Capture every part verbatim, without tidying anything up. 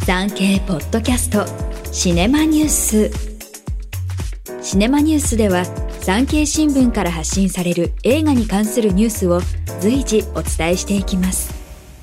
産経ポッドキャストシネマニュース。シネマニュースでは産経新聞から発信される映画に関するニュースを随時お伝えしていきます。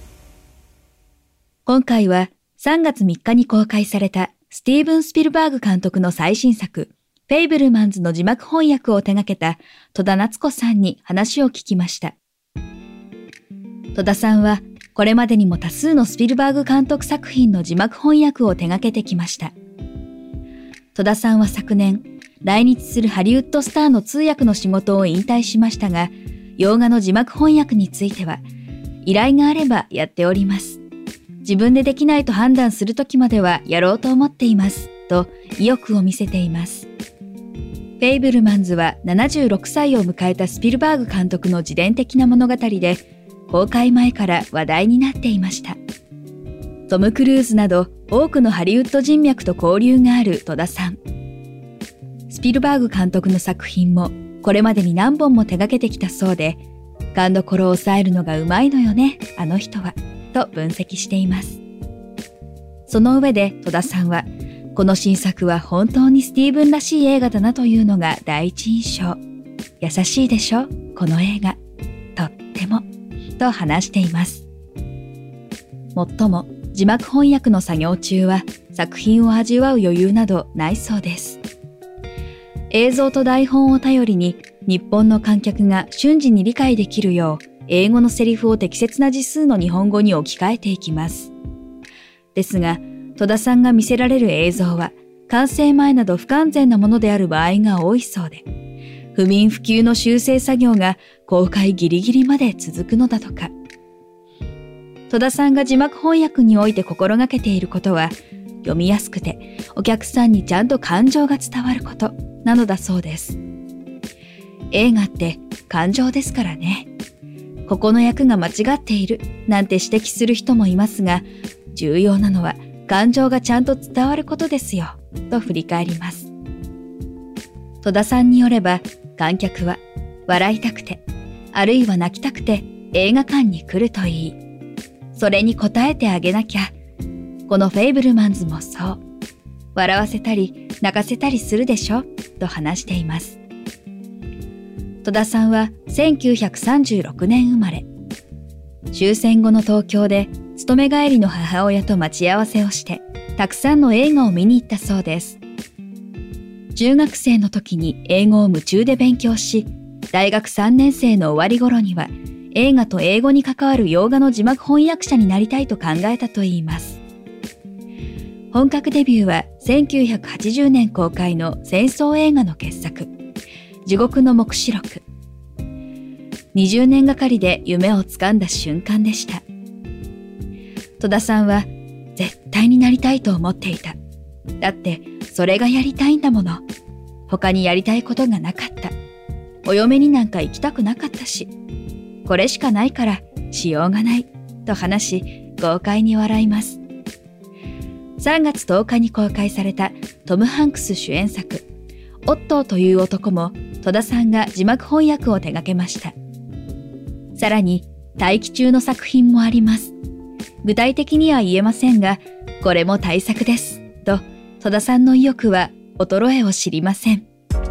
今回はさんがつみっかに公開されたスティーブン・スピルバーグ監督の最新作フェイブルマンズの字幕翻訳を手掛けた戸田夏子さんに話を聞きました。戸田さんはこれまでにも多数のスピルバーグ監督作品の字幕翻訳を手掛けてきました。戸田さんは昨年、来日するハリウッドスターの通訳の仕事を引退しましたが、洋画の字幕翻訳については、依頼があればやっております。自分でできないと判断するときまではやろうと思っています、と意欲を見せています。フェイブルマンズはななじゅうろくさいを迎えたスピルバーグ監督の自伝的な物語で、公開前から話題になっていました。トム・クルーズなど多くのハリウッド人脈と交流がある戸田さん。スピルバーグ監督の作品もこれまでに何本も手掛けてきたそうで、勘どころを抑えるのがうまいのよね、あの人は、と分析しています。その上で戸田さんは、この新作は本当にスティーブンらしい映画だなというのが第一印象。優しいでしょ、この映画。とっても。と話しています。もっとも字幕翻訳の作業中は作品を味わう余裕などないそうです。映像と台本を頼りに日本の観客が瞬時に理解できるよう英語のセリフを適切な字数の日本語に置き換えていきます。ですが戸田さんが見せられる映像は完成前など不完全なものである場合が多いそうで、不眠不休の修正作業が公開ギリギリまで続くのだとか。戸田さんが字幕翻訳において心がけていることは、読みやすくてお客さんにちゃんと感情が伝わることなのだそうです。映画って感情ですからね。ここの役が間違っているなんて指摘する人もいますが、重要なのは感情がちゃんと伝わることですよ、と振り返ります。戸田さんによれば、観客は笑いたくて、あるいは泣きたくて映画館に来るといい。それに応えてあげなきゃ。このフェイブルマンズもそう。笑わせたり泣かせたりするでしょと話しています。戸田さんはせんきゅうひゃくさんじゅうろくねん生まれ。終戦後の東京で勤め帰りの母親と待ち合わせをして、たくさんの映画を見に行ったそうです。中学生の時に英語を夢中で勉強し、大学さんねんせいの終わり頃には映画と英語に関わる洋画の字幕翻訳者になりたいと考えたといいます。本格デビューはせんきゅうひゃくはちじゅうねん公開の戦争映画の傑作、地獄の黙示録。にじゅうねんがかりで夢をつかんだ瞬間でした。戸田さんは絶対になりたいと思っていた。だってそれがやりたいんだもの。他にやりたいことがなかった。お嫁になんか行きたくなかったし、これしかないからしようがない、と話し豪快に笑います。さんがつとおかに公開されたトム・ハンクス主演作、オットーという男も戸田さんが字幕翻訳を手掛けました。さらに待機中の作品もあります。具体的には言えませんが、これも大作です、と戸田さんの意欲は衰えを知りません。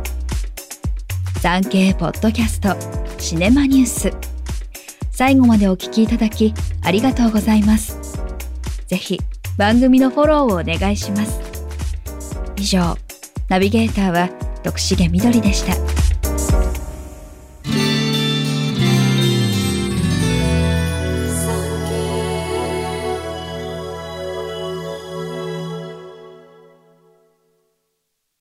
産経ポッドキャストシネマニュース。最後までお聞きいただきありがとうございます。ぜひ番組のフォローをお願いします。以上、ナビゲーターは徳重みどりでした。